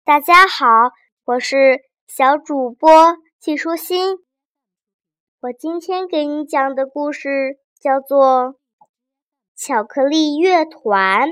大家好，我是小主播季舒心。我今天给你讲的故事叫做《巧克力乐团》。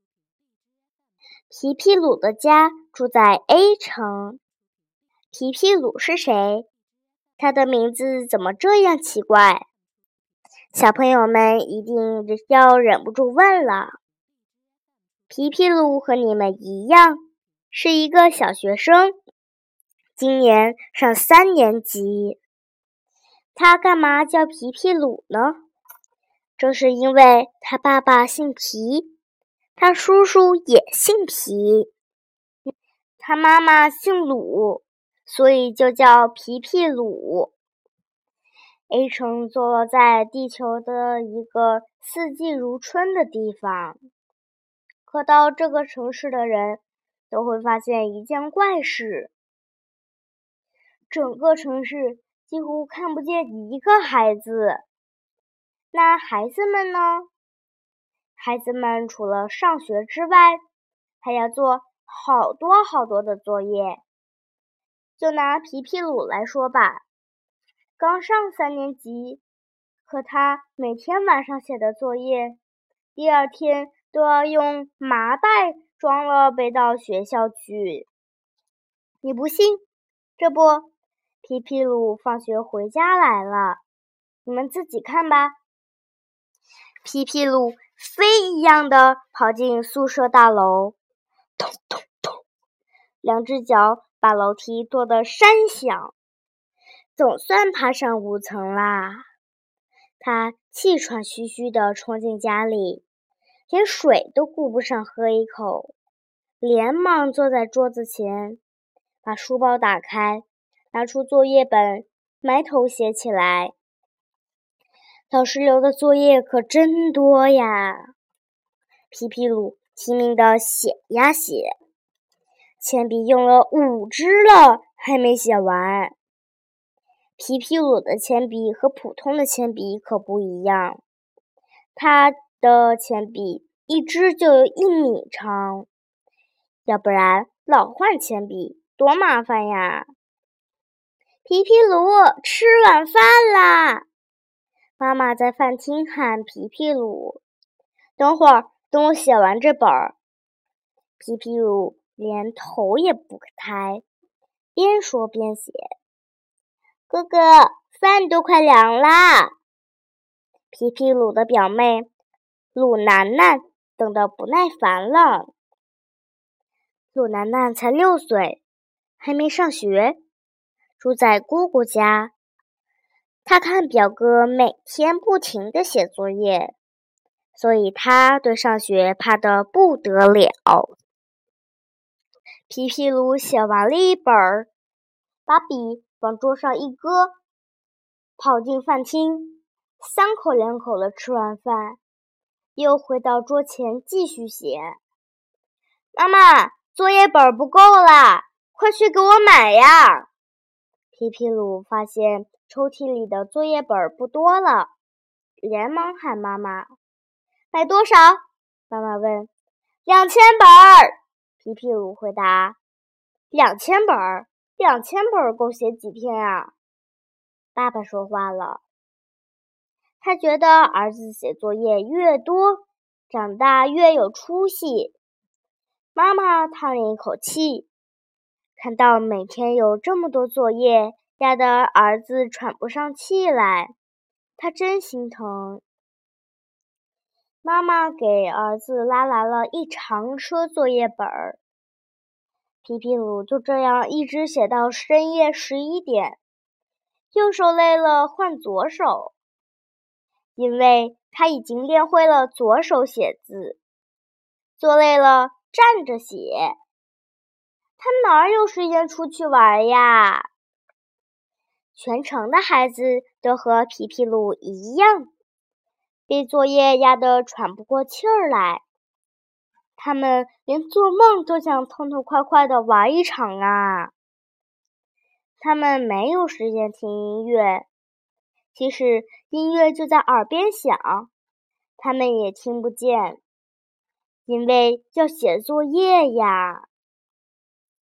皮皮鲁的家住在 A 城。皮皮鲁是谁？他的名字怎么这样奇怪？小朋友们一定要忍不住问了。皮皮鲁和你们一样，是一个小学生，今年上3年级。他干嘛叫皮皮鲁呢？这是因为他爸爸姓皮，他叔叔也姓皮，他妈妈姓鲁，所以就叫皮皮鲁。A 城坐落在地球的一个四季如春的地方，可到这个城市的人都会发现一件怪事：整个城市几乎看不见一个孩子。那孩子们呢？孩子们除了上学之外，还要做好多好多的作业。就拿皮皮鲁来说吧，刚上3年级，可他每天晚上写的作业，第二天都要用麻袋装了背到学校去。你不信？这不，皮皮鲁放学回家来了，你们自己看吧。皮皮鲁飞一样的跑进宿舍大楼，咚咚咚，2只脚把楼梯跺得山响，总算爬上5层啦。他气喘吁吁地冲进家里，连水都顾不上喝一口，连忙坐在桌子前，把书包打开，拿出作业本，埋头写起来。老师留的作业可真多呀！皮皮鲁拼命地写呀写，铅笔用了5支了，还没写完。皮皮鲁的铅笔和普通的铅笔可不一样，他的铅笔1支就有1米长，要不然老换铅笔多麻烦呀！皮皮鲁，吃晚饭啦！妈妈在饭厅喊皮皮鲁，等会儿，等我写完这本儿。皮皮鲁连头也不抬，边说边写。哥哥，饭都快凉啦！皮皮鲁的表妹鲁楠楠等得不耐烦了。鲁楠楠才6岁，还没上学，住在姑姑家。他看表哥每天不停地写作业，所以他对上学怕得不得了。皮皮鲁写完了一本，把笔往桌上一搁，跑进饭厅，3口2口的吃完饭，又回到桌前继续写。妈妈，作业本不够啦，快去给我买呀！皮皮鲁发现抽屉里的作业本不多了，连忙喊妈妈。买多少？妈妈问。2000本。皮皮鲁回答。2000本？2000本够写几天啊？爸爸说话了。他觉得儿子写作业越多，长大越有出息。妈妈叹了一口气，看到每天有这么多作业，压得儿子喘不上气来，他真心疼。妈妈给儿子拉来了一长车作业本儿。皮皮鲁就这样一直写到深夜11点，右手累了换左手，因为他已经练会了左手写字。坐累了站着写，他哪有时间出去玩呀？全城的孩子都和皮皮鲁一样，被作业压得喘不过气儿来。他们连做梦都想痛痛快快地玩一场啊！他们没有时间听音乐，即使音乐就在耳边响，他们也听不见，因为要写作业呀。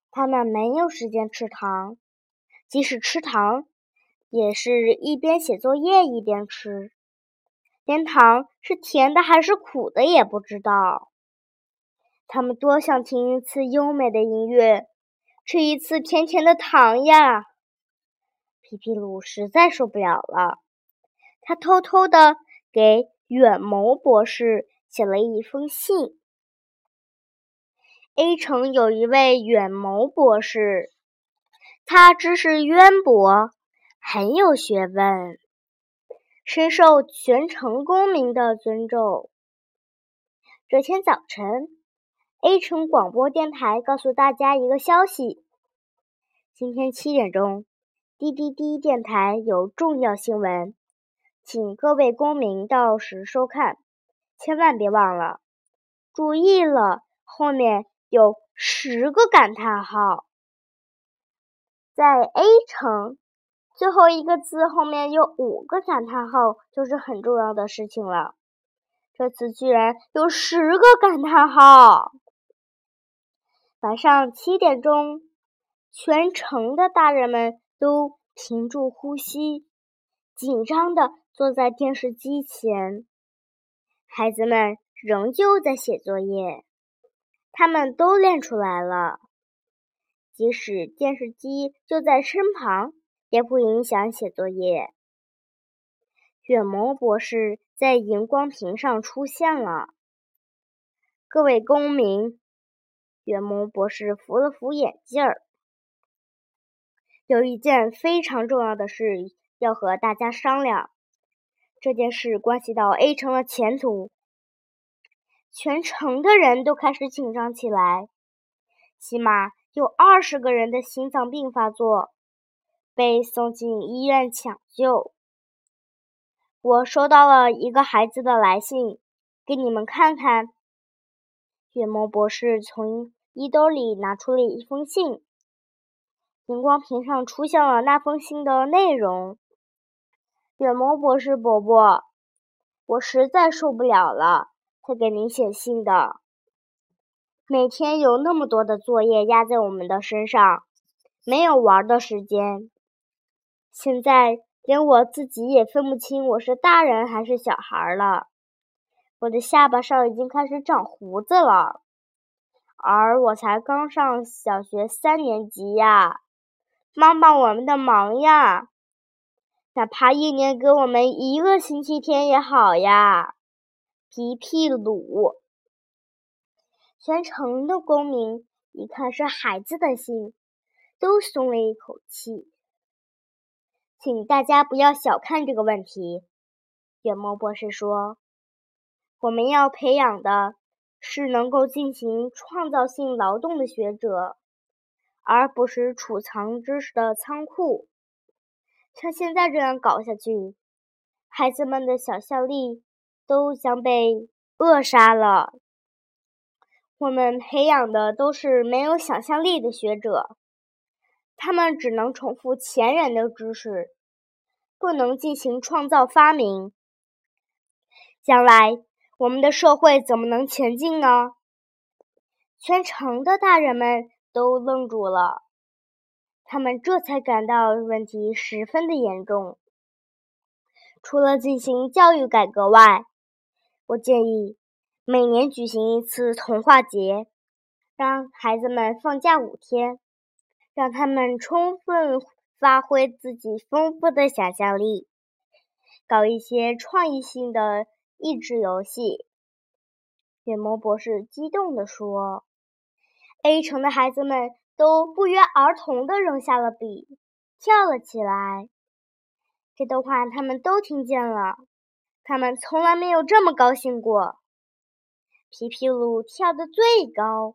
他们没有时间吃糖，即使吃糖，也是一边写作业一边吃，连糖是甜的还是苦的也不知道。他们多想听一次优美的音乐，吃一次甜甜的糖呀！皮皮鲁实在受不了了，他偷偷地给远谋博士写了一封信。A 城有一位远谋博士，他知识渊博，很有学问，深受全城公民的尊重。这天早晨，A 城广播电台告诉大家一个消息：今天7点钟，滴滴滴电台有重要新闻，请各位公民到时收看，千万别忘了。注意了，后面有10个感叹号。在 A 城，最后一个字后面有5个感叹号，就是很重要的事情了。这次居然有10个感叹号。晚上7点钟，全城的大人们都屏住呼吸，紧张地坐在电视机前。孩子们仍旧在写作业，他们都练出来了。即使电视机就在身旁，也不影响写作业。远谋博士在荧光屏上出现了。各位公民，远谋博士扶了扶眼镜儿。有一件非常重要的事要和大家商量，这件事关系到 A 城的前途。全城的人都开始紧张起来，起码有20个人的心脏病发作，被送进医院抢救。我收到了一个孩子的来信，给你们看看。远谋博士从衣兜里拿出了一封信，荧光屏上出现了那封信的内容。远谋博士伯伯，我实在受不了了，才给您写信的。每天有那么多的作业压在我们的身上，没有玩的时间。现在连我自己也分不清我是大人还是小孩了。我的下巴上已经开始长胡子了，而我才刚上小学3年级呀！帮我们的忙呀！哪怕1年给我们1个星期天也好呀！皮皮鲁。全城的公民一看是孩子的信，都松了一口气。请大家不要小看这个问题，远谋博士说。我们要培养的是能够进行创造性劳动的学者，而不是储藏知识的仓库。像现在这样搞下去，孩子们的想象力都将被扼杀了。我们培养的都是没有想象力的学者，他们只能重复前人的知识，不能进行创造发明。将来我们的社会怎么能前进呢？全城的大人们都愣住了，他们这才感到问题十分的严重。除了进行教育改革外，我建议每年举行一次童话节，让孩子们放假5天，让他们充分发挥自己丰富的想象力，搞一些创意性的益智游戏。远谋博士激动地说。A 城的孩子们都不约而同地扔下了笔，跳了起来。这段话他们都听见了，他们从来没有这么高兴过。皮皮鲁跳得最高。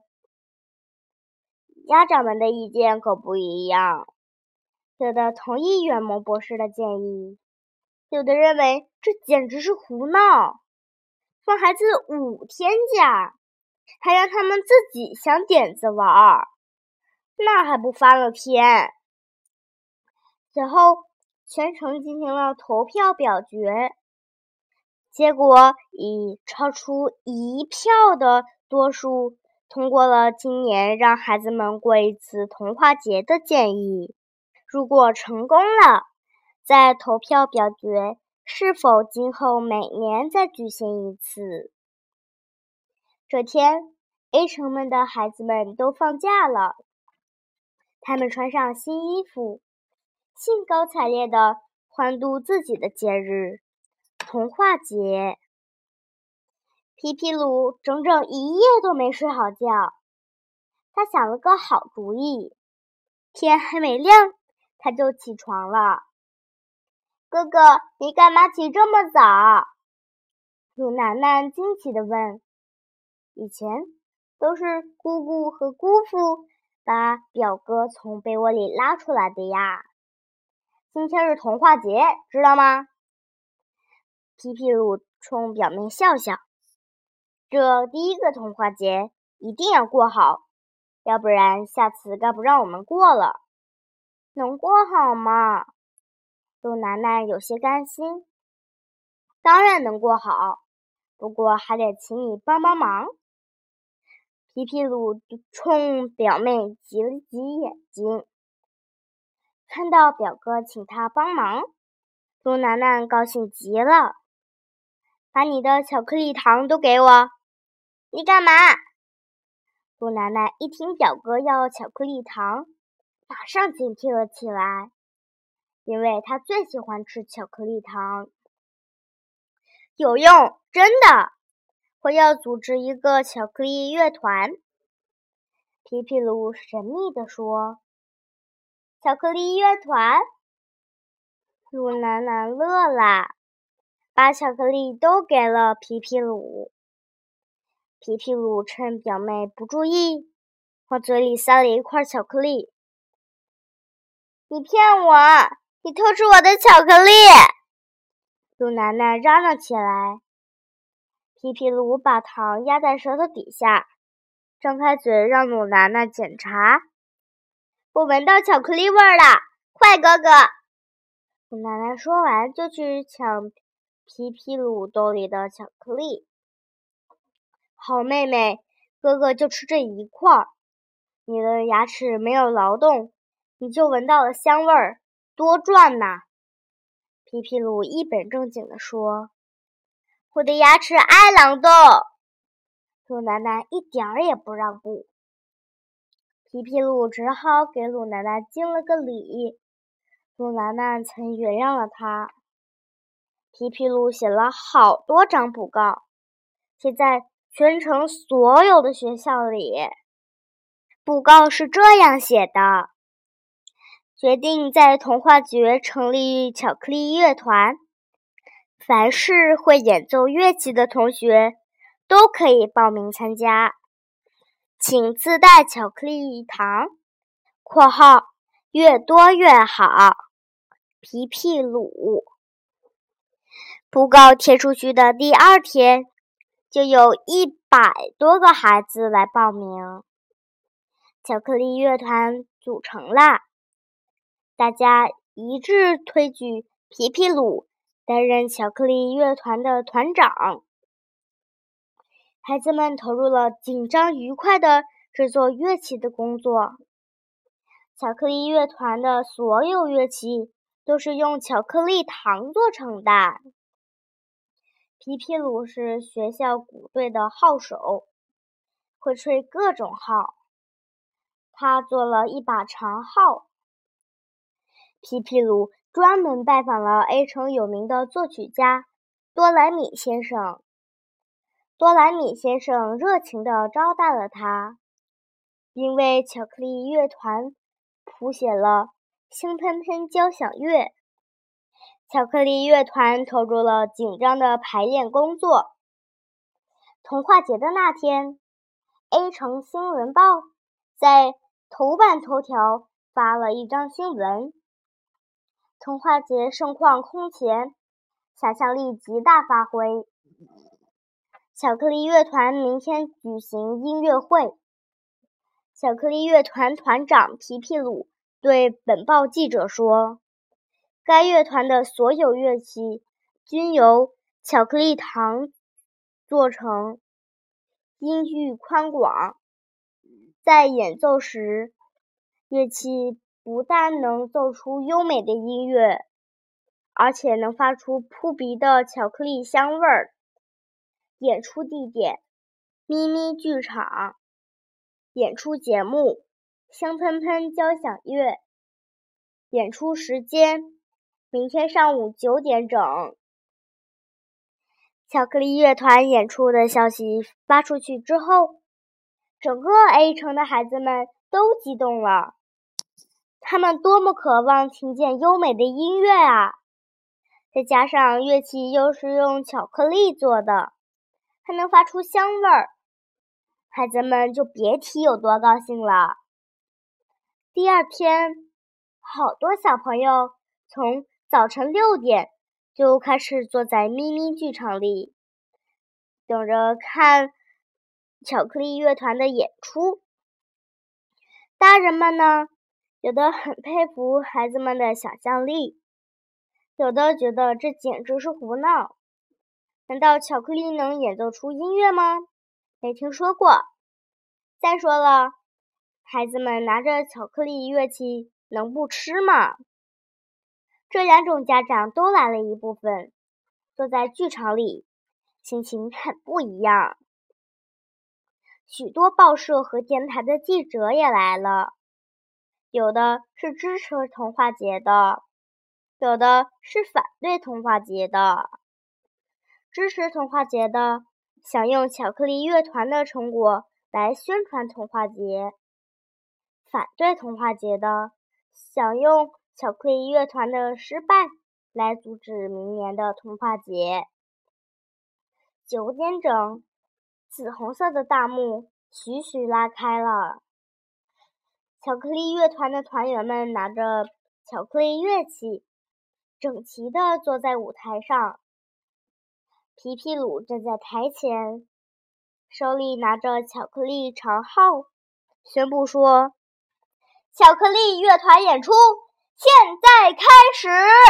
家长们的意见可不一样，有的同意远谋博士的建议，有的认为这简直是胡闹，放孩子5天假，还让他们自己想点子玩，那还不翻了天。随后全城进行了投票表决，结果以超出1票的多数通过了今年让孩子们过一次童话节的建议。如果成功了，再投票表决是否今后每年再举行一次。这天 A 城们的孩子们都放假了，他们穿上新衣服，兴高采烈地欢度自己的节日——童话节。皮皮鲁整整一夜都没睡好觉，他想了个好主意。天还没亮，他就起床了。哥哥，你干嘛起这么早？鲁楠楠惊奇地问。以前都是姑姑和姑父把表哥从被窝里拉出来的呀。今天是童话节，知道吗？皮皮鲁冲表妹笑笑。这第一个童话节一定要过好，要不然下次该不让我们过了。能过好吗？鲁楠楠有些担心。当然能过好，不过还得请你帮帮忙。皮皮鲁冲表妹挤了挤眼睛，看到表哥请他帮忙，鲁楠楠高兴极了。把你的巧克力糖都给我。你干嘛？鲁楠楠一听表哥要巧克力糖，马上警惕了起来，因为他最喜欢吃巧克力糖。有用，真的！我要组织一个巧克力乐团。皮皮鲁神秘地说。巧克力乐团？鲁楠楠乐了，把巧克力都给了皮皮鲁。皮皮鲁趁表妹不注意，往嘴里塞了一块巧克力。你骗我！你偷吃我的巧克力！鲁楠楠嚷嚷起来。皮皮鲁把糖压在舌头底下，张开嘴让鲁楠楠检查。我闻到巧克力味了，快哥哥！鲁楠楠说完就去抢皮皮鲁兜里的巧克力。好妹妹，哥哥就吃这一块，你的牙齿没有劳动，你就闻到了香味儿，多赚呐！皮皮鲁一本正经地说。我的牙齿爱劳动。鲁楠楠一点儿也不让步。皮皮鲁只好给鲁楠楠敬了个礼。鲁楠楠曾原谅了他。皮皮鲁写了好多张布告，写在全城所有的学校里。布告是这样写的：决定在童话节成立巧克力乐团，凡是会演奏乐器的同学都可以报名参加，请自带巧克力糖（括号越多越好）。皮皮鲁。布告贴出去的第二天，就有100多个孩子来报名。巧克力乐团组成了，大家一致推举皮皮鲁担任巧克力乐团的团长。孩子们投入了紧张愉快的制作乐器的工作。巧克力乐团的所有乐器都是用巧克力糖做成的。皮皮鲁是学校鼓队的号手，会吹各种号。他做了一把长号。皮皮鲁专门拜访了 A 城有名的作曲家多莱米先生。多莱米先生热情地招待了他，并为巧克力乐团谱写了香喷喷交响乐。巧克力乐团投入了紧张的排练工作。童话节的那天， A 城新闻报在头版头条发了一张新闻：童话节盛况空前，想象力极大发挥。巧克力乐团明天举行音乐会。巧克力乐团团长皮皮鲁对本报记者说，该乐团的所有乐器均由巧克力糖做成，音域宽广， 在演奏时，乐器不但能奏出优美的音乐，而且能发出扑鼻的巧克力香味儿。演出地点：咪咪剧场。演出节目：香喷喷交响乐。演出时间：明天上午9点整。巧克力乐团演出的消息发出去之后，整个 A 城的孩子们都激动了。他们多么渴望听见优美的音乐啊！再加上乐器又是用巧克力做的，还能发出香味儿，孩子们就别提有多高兴了。第二天，好多小朋友从早晨6点就开始坐在咪咪剧场里，等着看巧克力乐团的演出。大人们呢，有的很佩服孩子们的想象力，有的觉得这简直是胡闹。难道巧克力能演奏出音乐吗？没听说过。再说了，孩子们拿着巧克力乐器能不吃吗？这2种家长都来了一部分，坐在剧场里，心情很不一样。许多报社和电台的记者也来了，有的是支持童话节的，有的是反对童话节的。支持童话节的想用巧克力乐团的成果来宣传童话节，反对童话节的想用巧克力乐团的失败来阻止明年的童话节。9点整，紫红色的大幕徐徐拉开了。巧克力乐团的团员们拿着巧克力乐器，整齐地坐在舞台上。皮皮鲁站在台前，手里拿着巧克力长号，宣布说：巧克力乐团演出现在开始！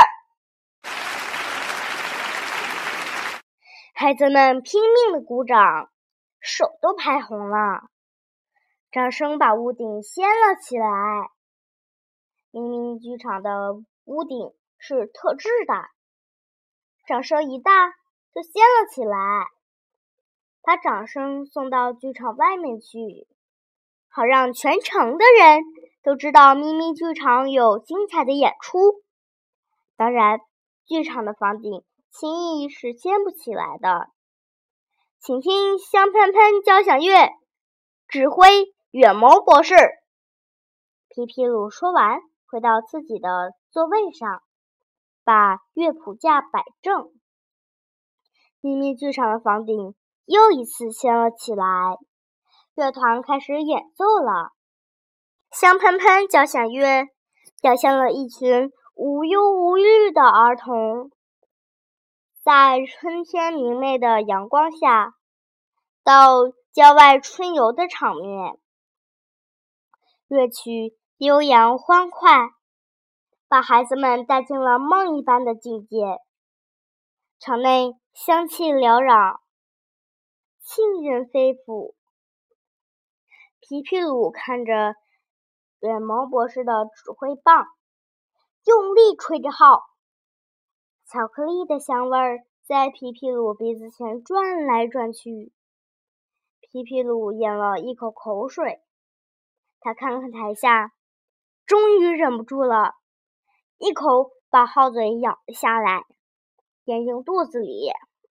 孩子们拼命地鼓掌，手都拍红了。掌声把屋顶掀了起来。咪咪剧场的屋顶是特制的，掌声一大就掀了起来，把掌声送到剧场外面去，好让全城的人都知道咪咪剧场有精彩的演出。当然，剧场的房顶轻易是掀不起来的。请听香喷喷交响乐，指挥远谋博士。皮皮鲁说完，回到自己的座位上，把乐谱架摆正。咪咪剧场的房顶又一次掀了起来，乐团开始演奏了。香喷喷交响乐表现了一群无忧无虑的儿童，在春天明媚的阳光下，到郊外春游的场面。乐曲悠扬欢快，把孩子们带进了梦一般的境界。场内香气缭绕，沁人肺腑。皮皮鲁看着远谋博士的指挥棒，用力吹着号。巧克力的香味儿在皮皮鲁鼻子前转来转去。皮皮鲁咽了一口口水，他看看台下，终于忍不住了，一口把号嘴咬了下来，咽进肚子里。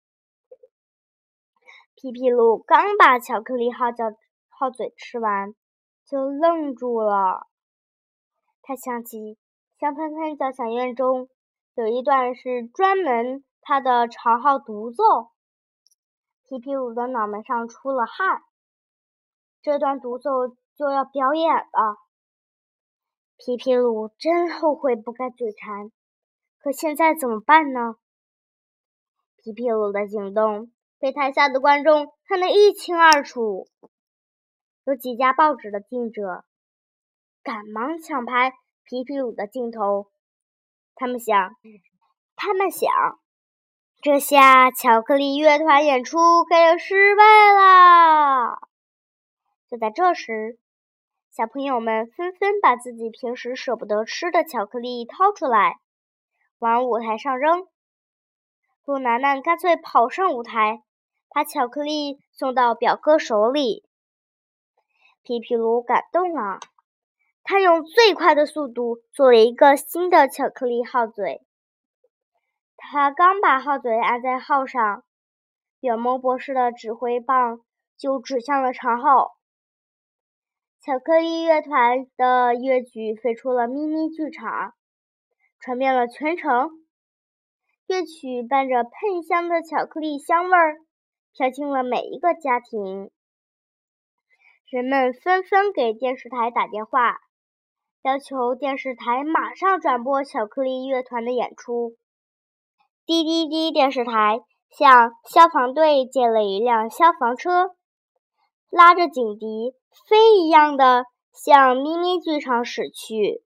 皮皮鲁刚把巧克力号嘴吃完，就愣住了。他想起香喷喷交响乐中有一段是专门他的长号独奏，皮皮鲁的脑门上出了汗。这段独奏就要表演了。皮皮鲁真后悔不该嘴馋，可现在怎么办呢？皮皮鲁的行动被台下的观众看得一清二楚。有几家报纸的记者赶忙抢拍皮皮鲁的镜头，他们想，这下巧克力乐团演出该要失败了。就在这时， 小朋友们纷纷把自己平时舍不得吃的巧克力掏出来，往舞台上扔。鹿楠楠干脆跑上舞台，把巧克力送到表哥手里。皮皮鲁感动了，他用最快的速度做了一个新的巧克力号嘴。他刚把号嘴安在号上，表蒙博士的指挥棒就指向了长号。巧克力乐团的乐曲飞出了咪咪剧场，传遍了全城。乐曲伴着喷香的巧克力香味儿，飘进了每一个家庭。人们纷纷给电视台打电话，要求电视台马上转播巧克力乐团的演出。滴滴滴电视台向消防队借了一辆消防车，拉着警笛飞一样的向咪咪剧场驶去。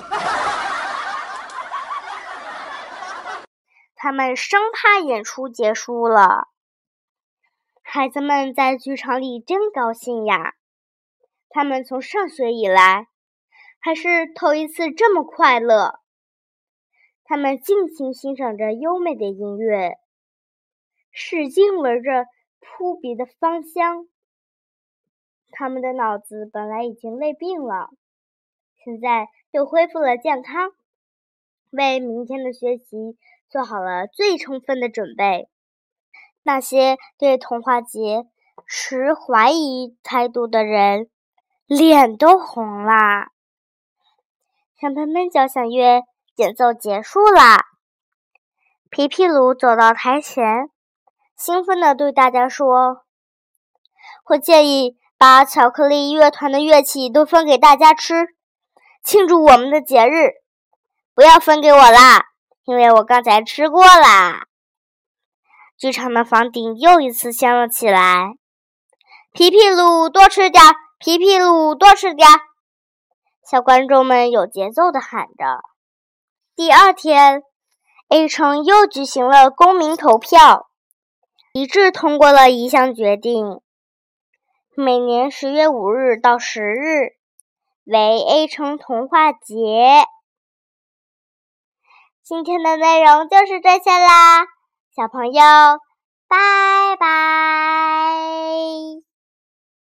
他们生怕演出结束了。孩子们在剧场里真高兴呀！他们从上学以来，还是头一次这么快乐。他们尽情欣赏着优美的音乐，使劲闻着扑鼻的芳香。他们的脑子本来已经累病了，现在又恢复了健康，为明天的学习做好了最充分的准备。那些对童话节持怀疑态度的人，脸都红啦。小朋友交响乐演奏结束啦。皮皮鲁走到台前，兴奋地对大家说：“我建议把巧克力乐团的乐器都分给大家吃，庆祝我们的节日。不要分给我啦，因为我刚才吃过啦。”剧场的房顶又一次响了起来。皮皮鲁多吃点，皮皮鲁多吃点，小观众们有节奏地喊着。第二天 A 城又举行了公民投票，一致通过了一项决定，每年10月5日到10日为 A 城童话节。今天的内容就是这些啦，小朋友，拜拜。